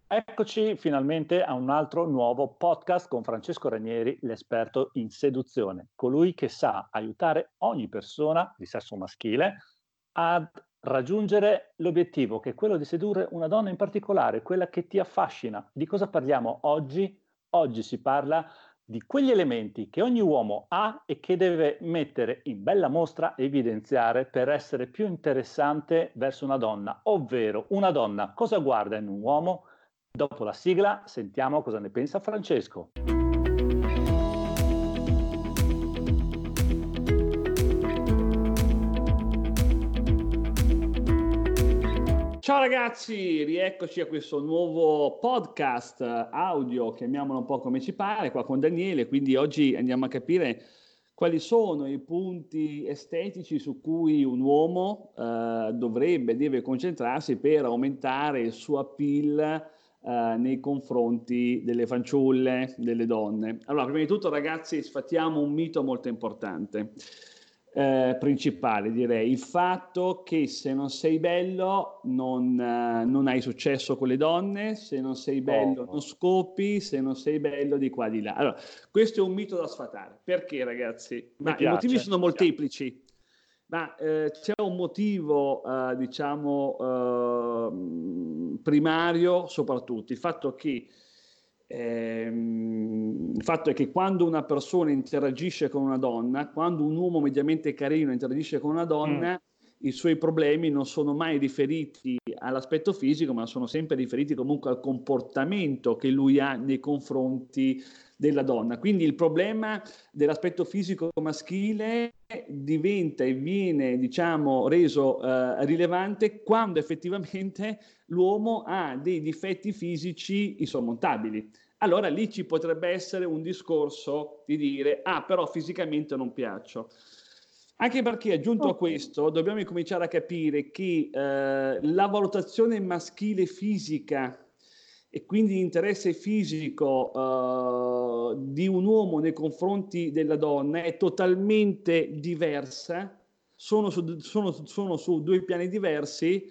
Eccoci finalmente a un altro nuovo podcast con Francesco Ranieri, l'esperto in seduzione, colui che sa aiutare ogni persona di sesso maschile a raggiungere l'obiettivo, che è quello di sedurre una donna in particolare, quella che ti affascina. Di cosa parliamo oggi? Oggi si parla di quegli elementi che ogni uomo ha e che deve mettere in bella mostra e evidenziare per essere più interessante verso una donna, ovvero una donna cosa guarda in un uomo. Dopo la sigla sentiamo cosa ne pensa Francesco. Ciao ragazzi, rieccoci a questo nuovo podcast audio, chiamiamolo un po' come ci pare, qua con Daniele. Quindi oggi andiamo a capire quali sono i punti estetici su cui un uomo deve concentrarsi per aumentare il suo appeal nei confronti delle fanciulle, delle donne. Allora, prima di tutto ragazzi, sfattiamo un mito molto importante. Principale, direi, il fatto che se non sei bello non hai successo con le donne, se non sei bello non scopi, se non sei bello di qua di là. Allora, questo è un mito da sfatare. Perché, ragazzi? I motivi sono molteplici, ma c'è un motivo, primario soprattutto, il fatto è che quando una persona interagisce con una donna, quando un uomo mediamente carino interagisce con una donna, i suoi problemi non sono mai riferiti all'aspetto fisico, ma sono sempre riferiti comunque al comportamento che lui ha nei confronti della donna. Quindi il problema dell'aspetto fisico maschile diventa e viene, diciamo, reso rilevante quando effettivamente l'uomo ha dei difetti fisici insormontabili. Allora lì ci potrebbe essere un discorso di dire, però fisicamente non piaccio. Anche perché, aggiunto a questo, dobbiamo cominciare a capire che la valutazione maschile fisica e quindi l'interesse fisico di un uomo nei confronti della donna è totalmente diversa, sono su due piani diversi,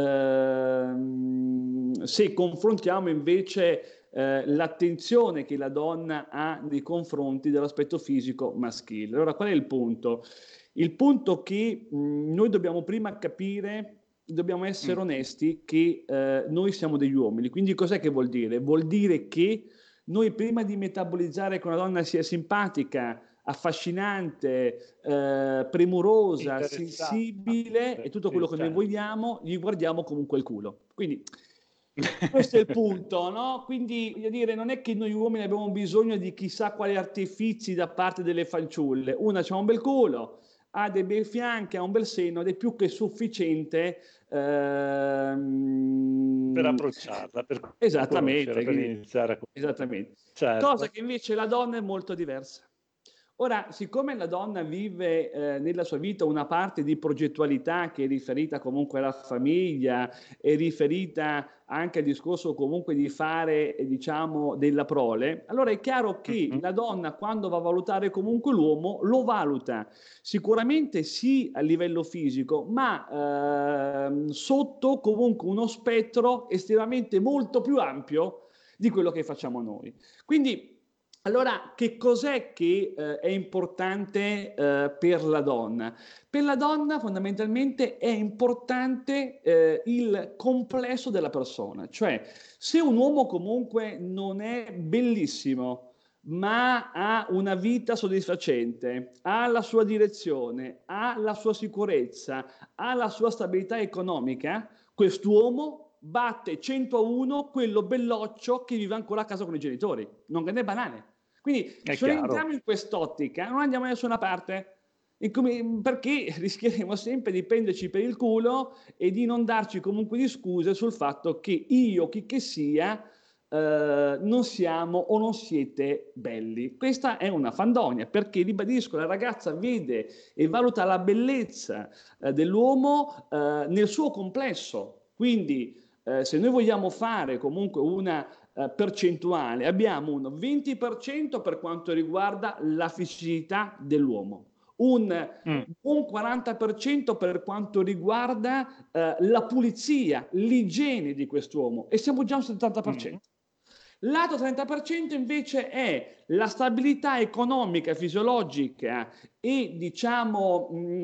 se confrontiamo invece l'attenzione che la donna ha nei confronti dell'aspetto fisico maschile. Allora, qual è il punto? Il punto che noi dobbiamo prima capire, dobbiamo essere onesti che noi siamo degli uomini. Quindi cos'è che vuol dire? Vuol dire che noi prima di metabolizzare che una donna sia simpatica, affascinante, premurosa, sensibile e tutto quello che noi vogliamo, gli guardiamo comunque il culo. Quindi questo è il punto, no? Quindi, voglio dire, non è che noi uomini abbiamo bisogno di chissà quali artifici da parte delle fanciulle. Una c'ha un bel culo, ha dei bei fianchi, ha un bel seno ed è più che sufficiente per approcciarla, per esattamente, per iniziare a esattamente. certo. Cosa che invece la donna è molto diversa. Ora, siccome la donna vive nella sua vita una parte di progettualità che è riferita comunque alla famiglia, è riferita anche al discorso comunque di fare, diciamo, della prole, allora è chiaro che la donna quando va a valutare comunque l'uomo lo valuta sicuramente sì a livello fisico, ma sotto comunque uno spettro estremamente molto più ampio di quello che facciamo noi. Quindi allora, che cos'è che è importante per la donna? Per la donna fondamentalmente è importante il complesso della persona, cioè se un uomo comunque non è bellissimo, ma ha una vita soddisfacente, ha la sua direzione, ha la sua sicurezza, ha la sua stabilità economica, quest'uomo batte 100-1 quello belloccio che vive ancora a casa con i genitori. Non è banale. Quindi se noi entriamo in quest'ottica non andiamo da nessuna parte, perché rischieremo sempre di prenderci per il culo e di non darci comunque di scuse sul fatto che io, chi che sia, non siamo o non siete belli. Questa è una fandonia, perché ribadisco, la ragazza vede e valuta la bellezza dell'uomo nel suo complesso. Quindi se noi vogliamo fare comunque una percentuale, abbiamo un 20% per quanto riguarda la fisicità dell'uomo, un buon 40% per quanto riguarda la pulizia, l'igiene di quest'uomo, e siamo già a un 70%. L'altro 30% invece è la stabilità economica, fisiologica e diciamo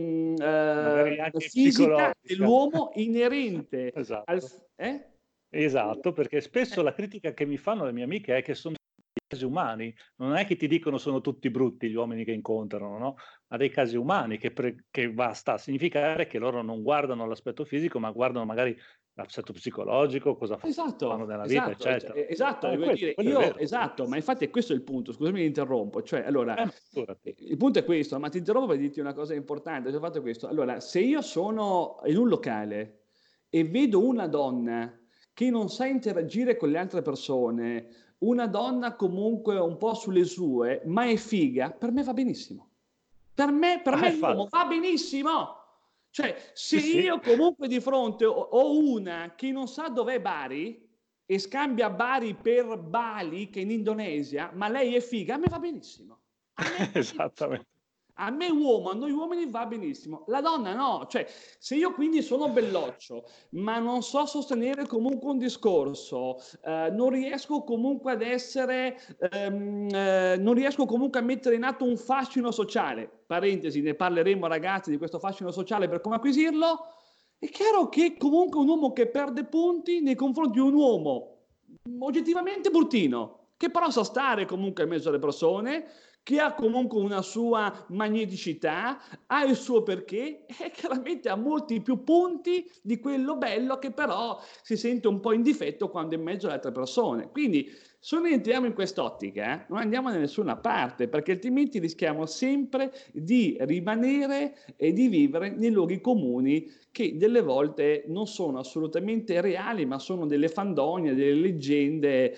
magari anche fisica psicologica. dell'uomo inerente Esatto. al... Esatto, perché spesso la critica che mi fanno le mie amiche è che sono dei casi umani, non è che ti dicono sono tutti brutti gli uomini che incontrano, no? Ma dei casi umani che basta a significare che loro non guardano l'aspetto fisico, ma guardano magari l'aspetto psicologico, cosa fanno nella vita, eccetera. Esatto, voglio dire, Quello è vero. esatto, ma infatti questo è il punto, scusami mi interrompo, cioè allora, il punto è questo, ma ti interrompo per dirti una cosa importante, se ho fatto questo, allora, se io sono in un locale e vedo una donna che non sa interagire con le altre persone, una donna comunque un po' sulle sue, ma è figa, per me va benissimo. Per me l'uomo va benissimo. Cioè, se io comunque di fronte ho una che non sa dov'è Bari e scambia Bari per Bali, che è in Indonesia, ma lei è figa, a me va benissimo. Esattamente. A me uomo, a noi uomini va benissimo, la donna no, cioè se io quindi sono belloccio, ma non so sostenere comunque un discorso, non riesco comunque ad essere, non riesco comunque a mettere in atto un fascino sociale, parentesi, ne parleremo ragazzi di questo fascino sociale per come acquisirlo, è chiaro che comunque un uomo che perde punti nei confronti di un uomo oggettivamente bruttino, che però sa stare comunque in mezzo alle persone, che ha comunque una sua magneticità, ha il suo perché e chiaramente ha molti più punti di quello bello che però si sente un po' in difetto quando è in mezzo alle altre persone. Quindi se noi entriamo in quest'ottica, non andiamo da nessuna parte, perché altrimenti rischiamo sempre di rimanere e di vivere nei luoghi comuni che delle volte non sono assolutamente reali, ma sono delle fandonie, delle leggende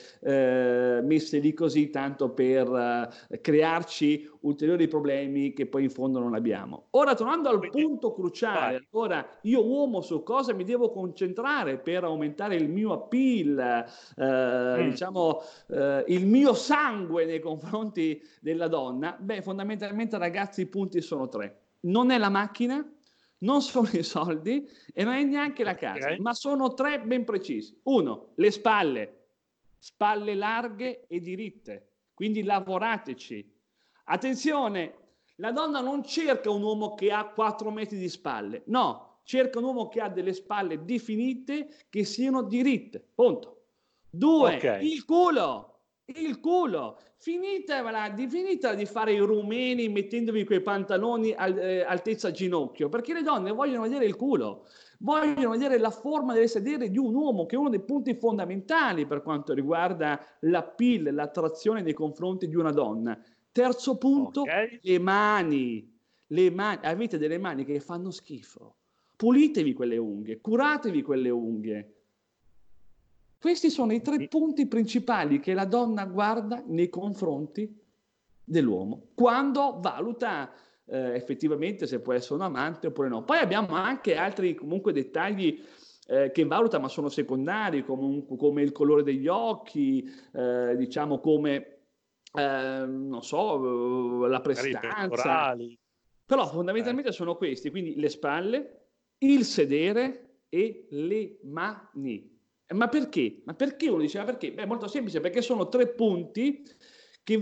messe lì così tanto per crearci ulteriori problemi che poi in fondo non abbiamo. Ora, tornando al punto cruciale, allora io uomo su cosa mi devo concentrare per aumentare il mio appeal, diciamo il mio sangue nei confronti della donna? Beh, fondamentalmente ragazzi i punti sono 3. Non è la macchina, non sono i soldi e non è neanche la casa, ma sono 3 ben precisi. 1, le spalle larghe e diritte, quindi lavorateci. Attenzione, la donna non cerca un uomo che ha 4 metri di spalle, no, cerca un uomo che ha delle spalle definite, che siano diritte, punto. 2, il culo. Finitela di fare i rumeni mettendovi quei pantaloni altezza ginocchio, perché le donne vogliono vedere il culo, vogliono vedere la forma del sedere di un uomo, che è uno dei punti fondamentali per quanto riguarda l'appeal, l'attrazione nei confronti di una donna. Terzo punto, le mani. Avete delle mani che fanno schifo, pulitevi quelle unghie, curatevi quelle unghie. Questi sono i 3 punti principali che la donna guarda nei confronti dell'uomo quando valuta effettivamente se può essere un amante oppure no. Poi abbiamo anche altri comunque dettagli che valuta, ma sono secondari, come il colore degli occhi, diciamo come non so, la prestanza. Però fondamentalmente sono questi, quindi le spalle, il sedere e le mani. Ma perché? Ma perché uno dice? Perché? Beh, molto semplice, perché sono 3 punti che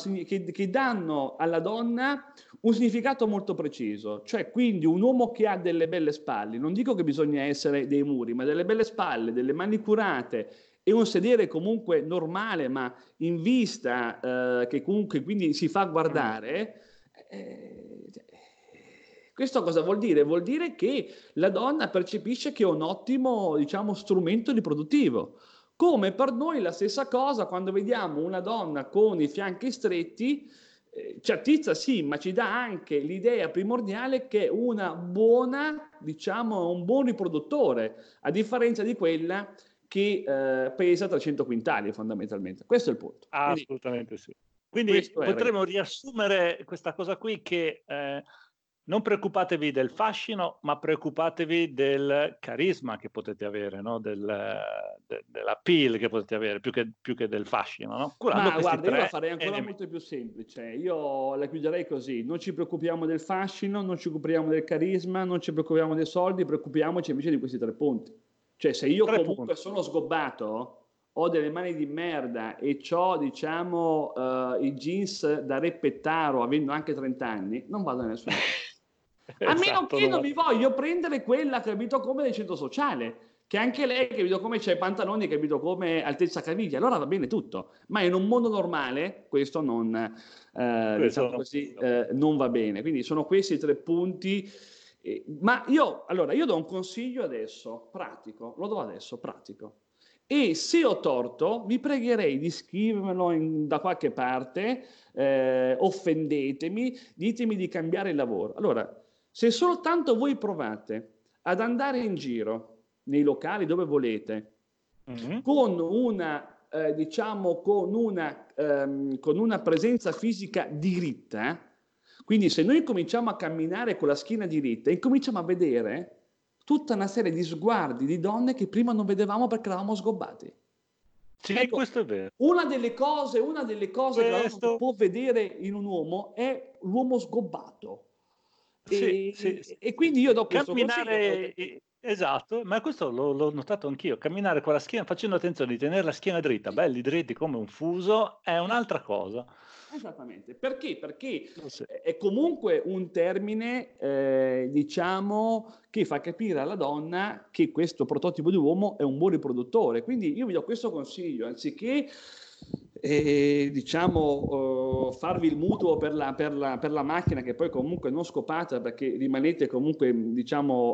danno alla donna un significato molto preciso. Cioè, quindi un uomo che ha delle belle spalle, non dico che bisogna essere dei muri, ma delle belle spalle, delle mani curate e un sedere comunque normale, ma in vista, che comunque quindi si fa guardare. Questo cosa vuol dire? Vuol dire che la donna percepisce che è un ottimo, diciamo, strumento riproduttivo. Come per noi la stessa cosa quando vediamo una donna con i fianchi stretti, ci attizza sì, ma ci dà anche l'idea primordiale che è una buona, diciamo, un buon riproduttore, a differenza di quella che pesa 300 quintali fondamentalmente. Questo è il punto. Assolutamente sì. Quindi potremmo riassumere questa cosa qui che non preoccupatevi del fascino, ma preoccupatevi del carisma che potete avere, no? Dell'appeal che potete avere, più che del fascino, no? Curando Ma guarda, io la tre farei ancora elementi. molto più semplice. Io la chiuderei così: non ci preoccupiamo del fascino, non ci preoccupiamo del carisma, non ci preoccupiamo dei soldi, preoccupiamoci invece di questi 3 punti. Cioè, se io 3 comunque punti. sono sgobbato, ho delle mani di merda e c'ho, diciamo, i jeans da Re Pettaro avendo anche 30 anni, non vado da nessuna parte. A meno Esatto, che non mi voglio prendere quella, capito, come del centro sociale, che anche lei, capito, come c'ha i pantaloni, capito, come altezza caviglia, allora va bene tutto. Ma in un mondo normale questo non, diciamo così, non va bene. Quindi sono questi 3 punti. Ma io do un consiglio adesso, pratico, lo do adesso, pratico. E se ho torto, vi pregherei di scrivermelo da qualche parte, offendetemi, ditemi di cambiare il lavoro. Allora, se soltanto voi provate ad andare in giro nei locali dove volete, con una, diciamo, con una presenza fisica diritta, quindi se noi cominciamo a camminare con la schiena diritta e cominciamo a vedere tutta una serie di sguardi di donne che prima non vedevamo perché eravamo sgobbati. Sì, Ecco, questo è vero. una delle cose che la donna può vedere in un uomo è l'uomo sgobbato. E quindi io do questo camminare, consiglio. esatto, ma questo l'ho notato anch'io, camminare con la schiena, facendo attenzione di tenere la schiena dritta, belli dritti come un fuso, è un'altra cosa. Esattamente. Perché? Perché Sì. è comunque un termine, diciamo, che fa capire alla donna che questo prototipo di uomo è un buon riproduttore. Quindi io vi do questo consiglio, anziché diciamo farvi il mutuo per la macchina, che poi comunque non scopate perché rimanete comunque, diciamo,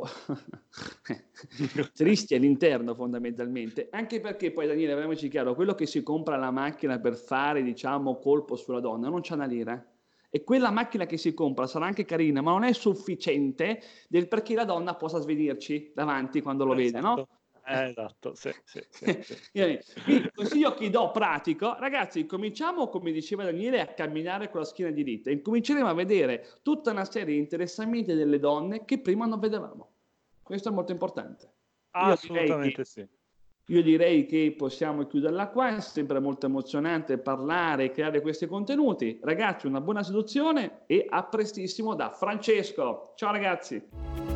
tristi all'interno fondamentalmente, anche perché poi, Daniele, parliamoci chiaro, quello che si compra la macchina per fare, diciamo, colpo sulla donna non c'ha una lira, e quella macchina che si compra sarà anche carina, ma non è sufficiente perché la donna possa svenirci davanti quando lo vede, no? Esatto, sì. Quindi il consiglio che do pratico, ragazzi, cominciamo, come diceva Daniele, a camminare con la schiena diritta e cominceremo a vedere tutta una serie di interessamenti delle donne che prima non vedevamo. Questo è molto importante. Assolutamente sì. Io direi che possiamo chiuderla qua, è sempre molto emozionante parlare e creare questi contenuti. Ragazzi, una buona seduzione e a prestissimo da Francesco. Ciao ragazzi!